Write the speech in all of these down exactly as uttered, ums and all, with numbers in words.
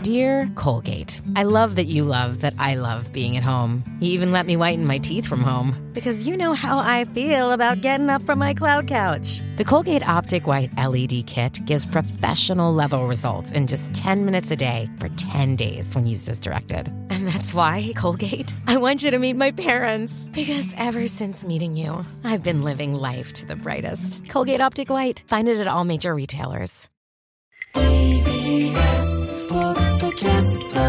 Dear Colgate, I love that you love that I love being at home. You even let me whiten my teeth from home. Because you know how I feel about getting up from my cloud couch. The Colgate Optic White L E D kit gives professional level results in just ten minutes a day for ten days when used as directed. And that's why, Colgate, I want you to meet my parents. Because ever since meeting you, I've been living life to the brightest. Colgate Optic White. Find it at all major retailers. ティービーエス ポッドキャスト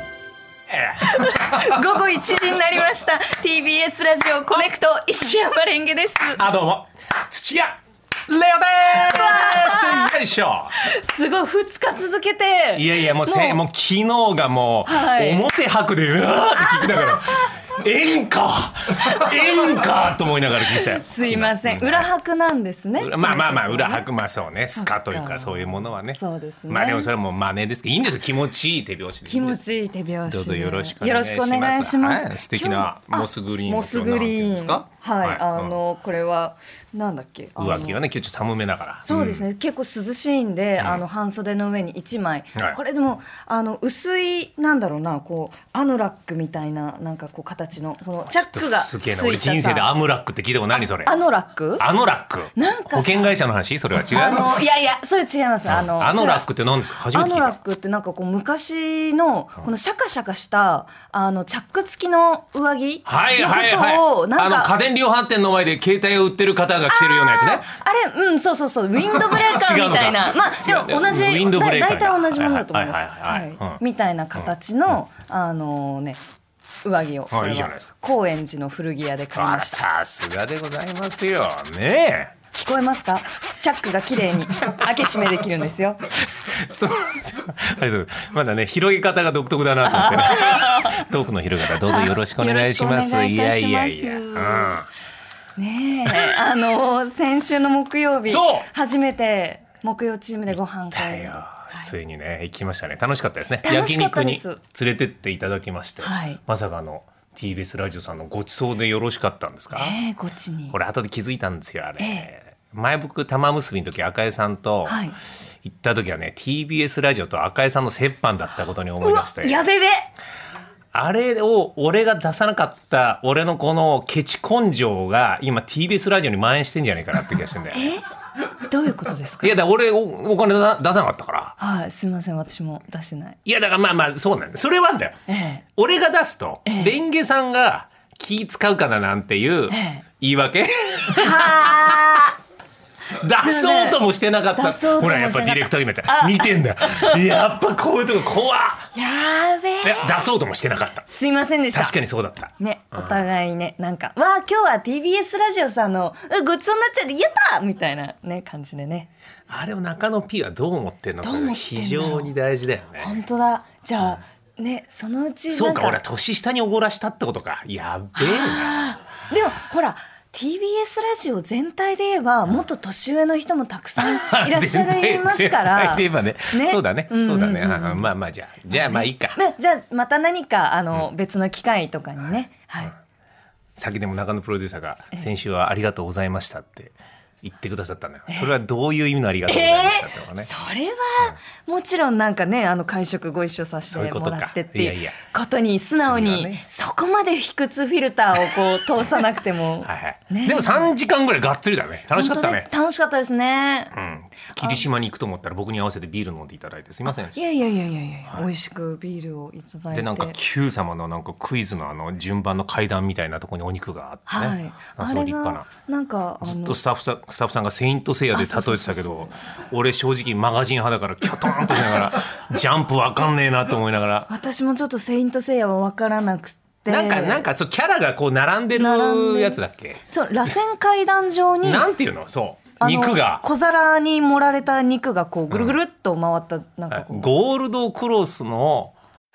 午後いちじになりました。 ティービーエス ラジオコネクト石山レンゲです。 あ、どうも土屋レオですよいしょ。 すごいふつか続けて、 いやいやもうせもうもう昨日がもう、はい、表拍でうわーって聞きながら演歌演歌と思いながら聞いてたよ。 すいません、裏拍なんですね。 まあまあまあ裏拍、まあそうね、スカというかそういうものはね。 そうですね。 まあでもそれはもう真似ですけどいいんですよ。気持ちいい手拍子で。 気持ちいい手拍子。 どうぞよろしくお願いします。 よろしくお願いします。 はい、素敵なモスグリーンのモスグリーンですか。はい、はい、あの、うん、これはなんだっけ。 上着はね今日ちょっと寒めだから。 そうですね。うん、結構涼しいんで、うん、あの半袖の上にいちまい。はい、これでもあの薄いなんだろうな、こうアヌラックみたいななんかこう形のこのチャックがついたさ。俺人生でアムラックって聞いたこと何それ。 アノラック？ アノラック。なんか保険会社の話？それは違う。 あのいやいやそれ違います。あのアノラックって何ですか？初めて聞いた。 アノラックってなんかこう昔のこのシャカシャカしたあのチャック付きの上着のことを、はいはいはい、なんかあの家電量販店の前で携帯を売ってる方が着てるようなやつね。 あれうんそうそうそうウィンドブレーカーみたいなまあでも同じ大体同じものだと思います。はいみたいな形の、うん、あのね。上着をいいじゃないですか。 高円寺の古着屋で買いました。 さすがでございますよね。 聞こえますか？チャックが綺麗に開け閉めできるんですよ。 そうありがとう。まだね広げ方が独特だなと思って、ね、トークの広げ方どうぞよろしくお願いします。いやいやいや、うん、 ねえあの先週の木曜日初めて木曜チームでご飯会をついにね行きましたね。楽しかったですね。焼肉に連れてっていただきまして、はい、まさかの ティービーエス ラジオさんのごちそうでよろしかったんですか？ えー、ごちにこれ後で気づいたんですよあれ、えー、前僕玉結びの時赤江さんと行った時はね、はい、ティービーエス ラジオと赤江さんの折半だったことに思い出して、 やべべあれを俺が出さなかった俺のこのケチ根性が今 ティービーエス ラジオに蔓延してんじゃないかなって気がしてんだよね。 えどういうことですか？ いやだから俺 お, お金出 さ, 出さなかったから。 はい、すみません私も出してない。 いやだからまあまあそうなんだ。それはんだよ、ええ、俺が出すと、ええ、レンゲさんが気使うかななんていう言い訳、ええ、は出そうともしてなかった。ほらやっぱディレクター今見てんだやっぱこういうとこ怖っ。 やべえ出そうともしてなかった。 すいませんでした。 確かにそうだったね、お互いねなんかわあ今日は ティービーエス ラジオさんのごちそうになっちゃってやったみたいなね感じでね。 あれを中野 P はどう思ってんのか非常に大事だよね。 本当だ。じゃあ、うん、ねそのうちなんかそうか俺は年下におごらしたってことか。やべえな。 でもほらティービーエス ラジオ全体で言えばもっと年上の人もたくさんいらっしゃいますから全体で言えばね、ねそうだね、うんうんうん、そうだね、あまあまあじゃあじゃあまあいいか、 ね、じゃあまた何かあの、うん、別の機会とかにね、はいうん、 先でも中野プロデューサーが先週はありがとうございましたって言ってくださったのよ。それはどういう意味のありがとうございましたってのかね、 えー、それは、うん、もちろんなんかねあの会食ご一緒させてもらってっていうことに素直に、ね、そこまで卑屈フィルターをこう通さなくてもはい、はいね、でもさんじかんぐらいがっつりだね。楽しかったね。 楽しかったですね、 うん、霧島に行くと思ったら僕に合わせてビール飲んでいただいてすいませんでした。 いやいやいやいやいや、はい、美味しくビールをいただいてでなんか Q 様のなんかクイズのあの順番の階段みたいなところにお肉があってね、はい、すごい立派ななんかずっとスタッフさん、スタッフさんがセイントセイヤで例えてたけど俺正直マガジン派だからキョトンとしながらジャンプわかんねえなと思いながら私もちょっとセイントセイヤはわからなくてなんかなんかそうキャラがこう並んでるやつだっけ。 そう螺旋階段状になんていうのそう肉が小皿に盛られた肉がこうぐるぐるっと回った、うん、なんかこうゴールドクロスの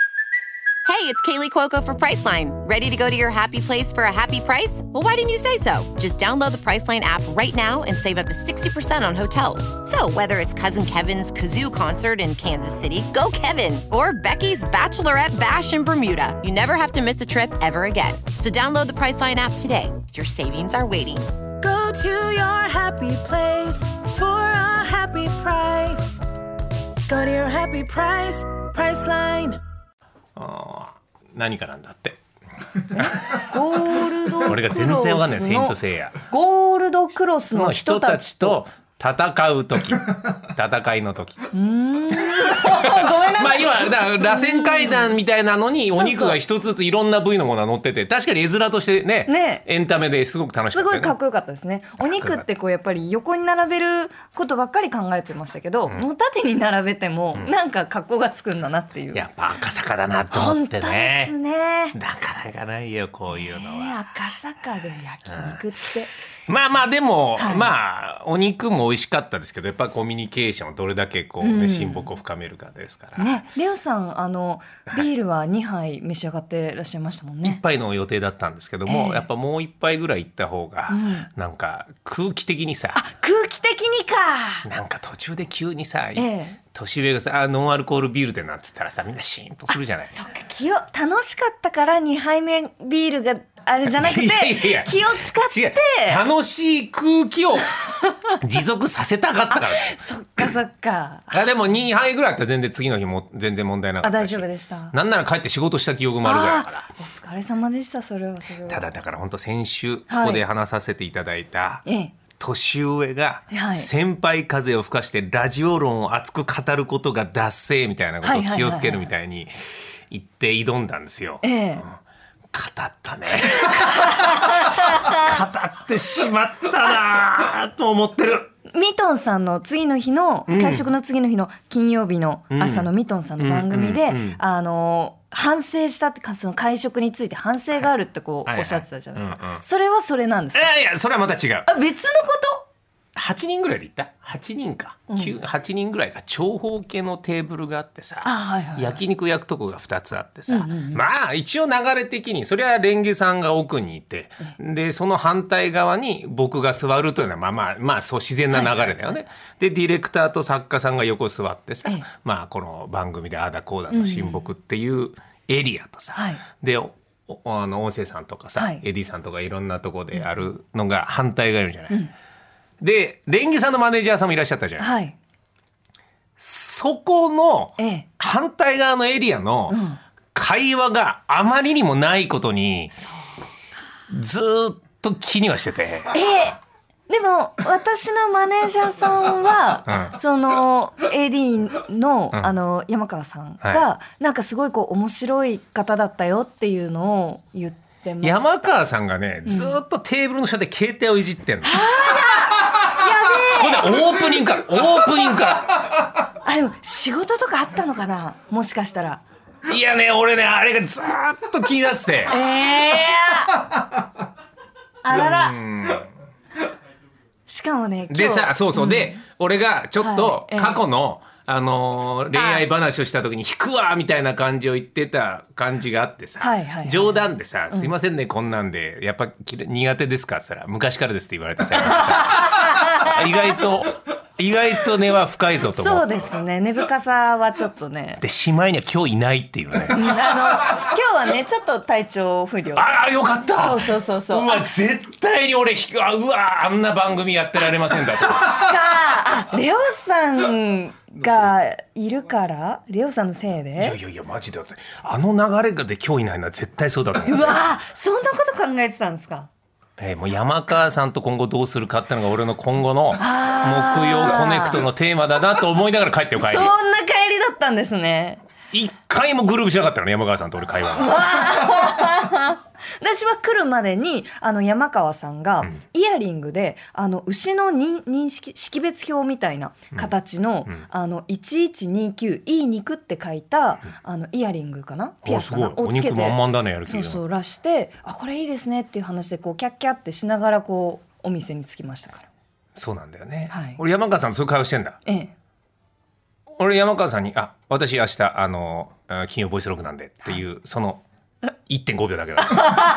Hey, it's Kaylee Cuoco for Priceline. Ready to go to your happy place for a happy price? Well, why didn't you say so? Just download the Priceline app right now and save up to sixty percent on hotels. So whether it's Cousin Kevin's Kazoo Concert in Kansas City, go Kevin, or Becky's Bachelorette Bash in Bermuda, you never have to miss a trip ever again. So download the Priceline app today. Your savings are waiting. Go to your happy place for a happy price. Go to your happy price, Priceline. あ何かなんだってゴールドクロスの俺が全然わかんないセイントセイヤゴールドクロスのの人人たたちとちと戦う時戦いの時ごめんなまあさい、 今だから螺旋階段みたいなのにお肉が一つずついろんな部位のものが乗ってて確かに絵面としてねねエンタメですごく楽しかったよねすごいかっこよかったですね。お肉ってこうやっぱり横に並べることばっかり考えてましたけど、もう縦に並べてもなんか格好がつくんだなっていう、 やっぱ赤坂だなと思本って当ですねね。 なかなかないよこういうのは、 ね赤坂で焼肉ってまあまあでも、 はいまあお肉も美味しかったですけどやっぱコミュニケーションをどれだけこう、ね親睦を深めるかですから、 ね、レオさんあのビールはにはい召し上がってらっしゃいましたもんね。 一杯の予定だったんですけども、 ええやっぱもう一杯ぐらい行った方が、なんか空気的にさ空気的にか。 なんか途中で急にさ、 ええ年上がさあノンアルコールビールでなんつったらさみんなシーンとするじゃない。 そっか気を楽しかったからにはいめビールがあれじゃなくていやいやいや気を使って違う楽しい空気を持続させたかったからですよそっかそっかあでもにはいぐらいあったら全然次の日も全然問題なかったしあ大丈夫でした。 なんなら帰って仕事した記憶もあるぐらいだからあお疲れ様でしたそれはそれは。 ただだから本当先週こはいこで話させていただいた、 ええ年上がはい先輩風を吹かしてラジオ論を熱く語ることがダッセーみたいなことを気をつけるみたいに言って挑んだんですよ。 ええ語ったね語ってしまったなと思ってる。 ミトンさんの次の日の会食の次の日の金曜日の朝のミトンさんの番組で、 うんうんうんうんあの反省したってかその会食について反省があるってこうはいおっしゃってたじゃないですか、 はいはいうんうんそれはそれなんですか。 いやいやそれはまた違う。 あ別のことはちにんぐらいで行ったはちにんか、きゅうはちにんぐらいが長方形のテーブルがあってさ、 あはいはいはい焼肉焼くとこがふたつあってさ、まあ一応流れ的にそれはレンゲさんが奥にいて、でその反対側に僕が座るというのはまあまあまあそう自然な流れだよね、でディレクターと作家さんが横座ってさ、 ええまあこの番組でああだこうだの親睦っていうエリアとさ、 はいでおおあの音声さんとかさ、 はいエディさんとかいろんなとこであるのが反対側にいるじゃない、でレンゲさんのマネージャーさんもいらっしゃったじゃん、 はいそこのええ反対側のエリアの会話があまりにもないことにずーっと気にはしてて、 えでも私のマネージャーさんは、 うんその エーディー の,、 んあの山川さんが、 はなんかすごいこう面白い方だったよっていうのを言ってました。 山川さんがねずーっとテーブルの下で携帯をいじってんの、これでオープニングからオープニングかあでも仕事とかあったのかなもしかしたら。 らいやね俺ねあれがずーっと気になっててええあらら。しかもね今日でさそうそう、で俺がちょっとはいええ過去の、あのー恋愛話をした時に引くわみたいな感じを言ってた感じがあってさ、 はいはいはい冗談でさ「すいませんね、こんなんでやっぱき苦手ですか?」って言ったら「昔からです」って言われてさ意外と意外と根は深いぞと思そうって。 ですね根深さはちょっとねでしまいには今日いないっていうねうんあの今日はねちょっと体調不良ああよかったそうそうそうそううわ絶対に俺引くあうわあんな番組やってられませんだと思ってかあレオさんがいるからレオさんのせいいやでいやいやマジでだってあの流れで今日いないのは絶対そうだと思ううわそんなこと考えてたんですか。 えーもう山川さんと今後どうするかってのが俺の今後の木曜コネクトのテーマだなと思いながら帰ってよ帰りそんな帰りだったんですね。 一回もグループしなかったのね山川さんと俺会話が私は来るまでにあの山川さんがイヤリングで、あの牛の認認識識別表みたいな形の、あのいちいちにきゅういい肉って書いた、あのイヤリングかなピアスかなおすごいをつけてお肉満々だねやる気がそうそうらしてあこれいいですねっていう話でこうキャッキャってしながらこうお店に着きましたから。 そうなんだよね、 はい俺山川さんとそういう会話してんだ。 ええ俺山川さんに「あ私明日あのあ金曜ボイスログなんで」っていうその いってんごびょうだけだ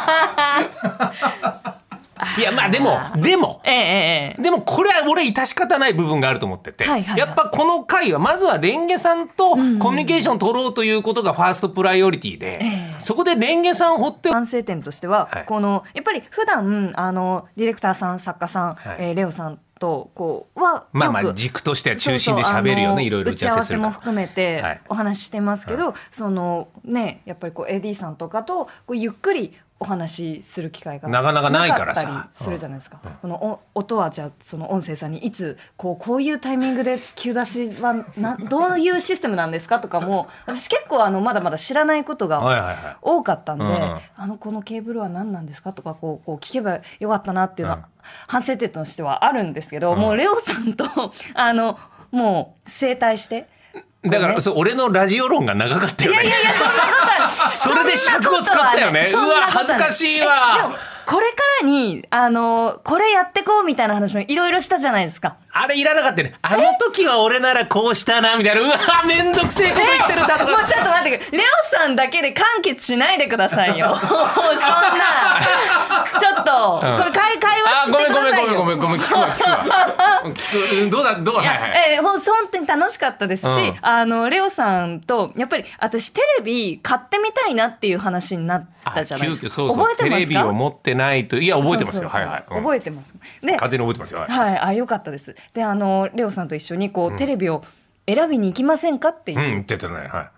いやまあでもでもええええでもこれは俺致し方ない部分があると思ってて、 はいはいはいやっぱこの回はまずはレンゲさんとコミュニケーションを取ろうということがファーストプライオリティで、 ええそこでレンゲさんを掘って反省点としては、 はいこのやっぱり普段あのディレクターさん作家さん、 はいえーレオさんとこうはよくまあまあ軸としては中心で喋るよね。いろいろ打打ち合わせち合わせするからも含めてはいお話ししてますけど、そのねやっぱりこう エーディー さんとかとこうゆっくりお話しする機会がなかなかないからさなかったりするじゃないですか。このお音はじゃあその音声さんにいつこうこういうタイミングで急出しはなどういうシステムなんですかとかも私結構あのまだまだ知らないことがはいはいはい多かったんで、 うんあのこのケーブルは何なんですかとかこうこう聞けばよかったなっていうのは、 うん反省点としてはあるんですけど、 うんもうレオさんとあのもう整体してだからそう俺のラジオ論が長かったよね。いやいやいやそれで尺を使ったよね。うわ恥ずかしいでもわ。 これからにあのこれやってこうみたいな話もいろいろしたじゃないですか。 あれいらなかったよね。あの時は俺ならこうしたなみたいな。うわめんどくせえこと言ってるだとか。 もうちょっと待ってくれレオさんだけで完結しないでくださいよ。もうそんなちょっと、 うんこれ会会話あしてくださいよ。 ごめんごめんごめんごめん聞くわ聞くわ聞くどうだどうはいはい。 えー、ほん本当に楽しかったですし、 うんあのレオさんとやっぱり私テレビ買ってみたいなっていう話になったじゃないですか。 急遽そうそう覚えてますか？ テレビを持ってないといや覚えてますよ。 そうそうそうはいはい。うん覚えてます。で、 完全に覚えてますよ。はいはい、あ良かったです。で、あのレオさんと一緒にこう、テレビを選びに行きませんかっていう、 うん言ってたね。はい。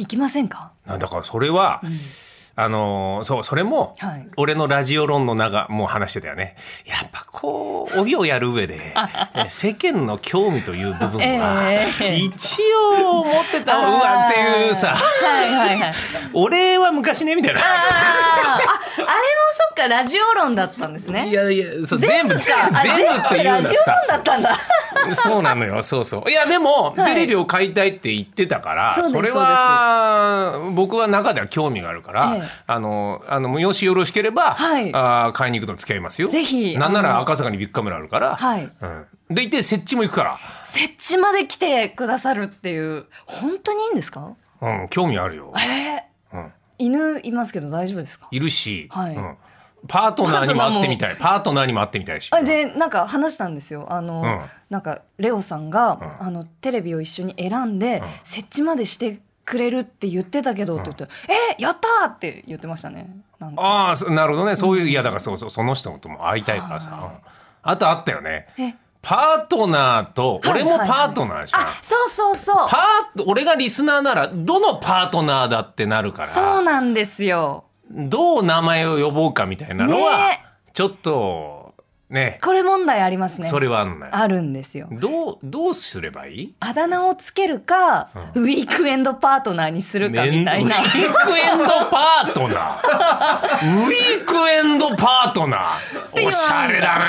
行きませんか？ なんだからそれは、あのーそうそれも、 はい俺のラジオ論の中もう話してたよね。やっぱこう帯をやる上でえ世間の興味という部分は、 ええ一応持ってた方がっていうさ、 はいはいはい。 俺は昔ねみたいな。 ああ、あれもそっかラジオ論だったんですね。 いやいやそう全部か全部あ全部っていうラジオのはさ論だったんだ。 そうなのよそうそういやでも、 はいテレビを買いたいって言ってたからそうですそれは僕は中では興味があるから、 ええあのあのもしよろしければ、 はいあ買いに行くの付き合いますよぜひなんならあの赤坂にビッグカメラあるから、 はいうん、でいて設置も行くか設置まで来てくださるっていう本当にいいんですか？ ら、うん、興味あるよ、 えー、 うん、 犬いますけど大丈夫ですか？ いるし、 はいうん、パートナーにも会ってみたいパートナーにも会ってみたいしあでなんか話したんですよあの、 うんなんかレオさんが、 うんあのテレビを一緒に選んで、 うん設置までしてくれるって言ってたけど、って言ってえやったーって言ってましたねなんかああそなるほどねそういう、いやだからそうそうその人とも会いたいからさ、 はいうんあとあったよねえパートナーと俺もパートナーじゃん、 あそうそうそうパー俺がリスナーならどのパートナーだってなるからそうなんですよどう名前を呼ぼうかみたいなのはねちょっとねこれ問題ありますねそれはあんないあるんですよどうどうすればいいあだ名をつけるか、ウィークエンドパートナーにするかみたいなウィークエンドパートナーウィークエンドパートナーおしゃれだね、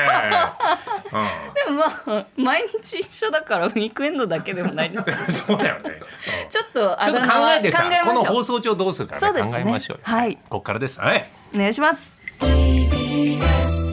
でもまあ毎日一緒だからウィークエンドだけでもないですようん、そうだよね、うんちょっとあちょっと考だ名はえてさ考えましょうこの放送上どうするかねそうですね考えましょうよはいここからですはいお願いします。 ティービーエス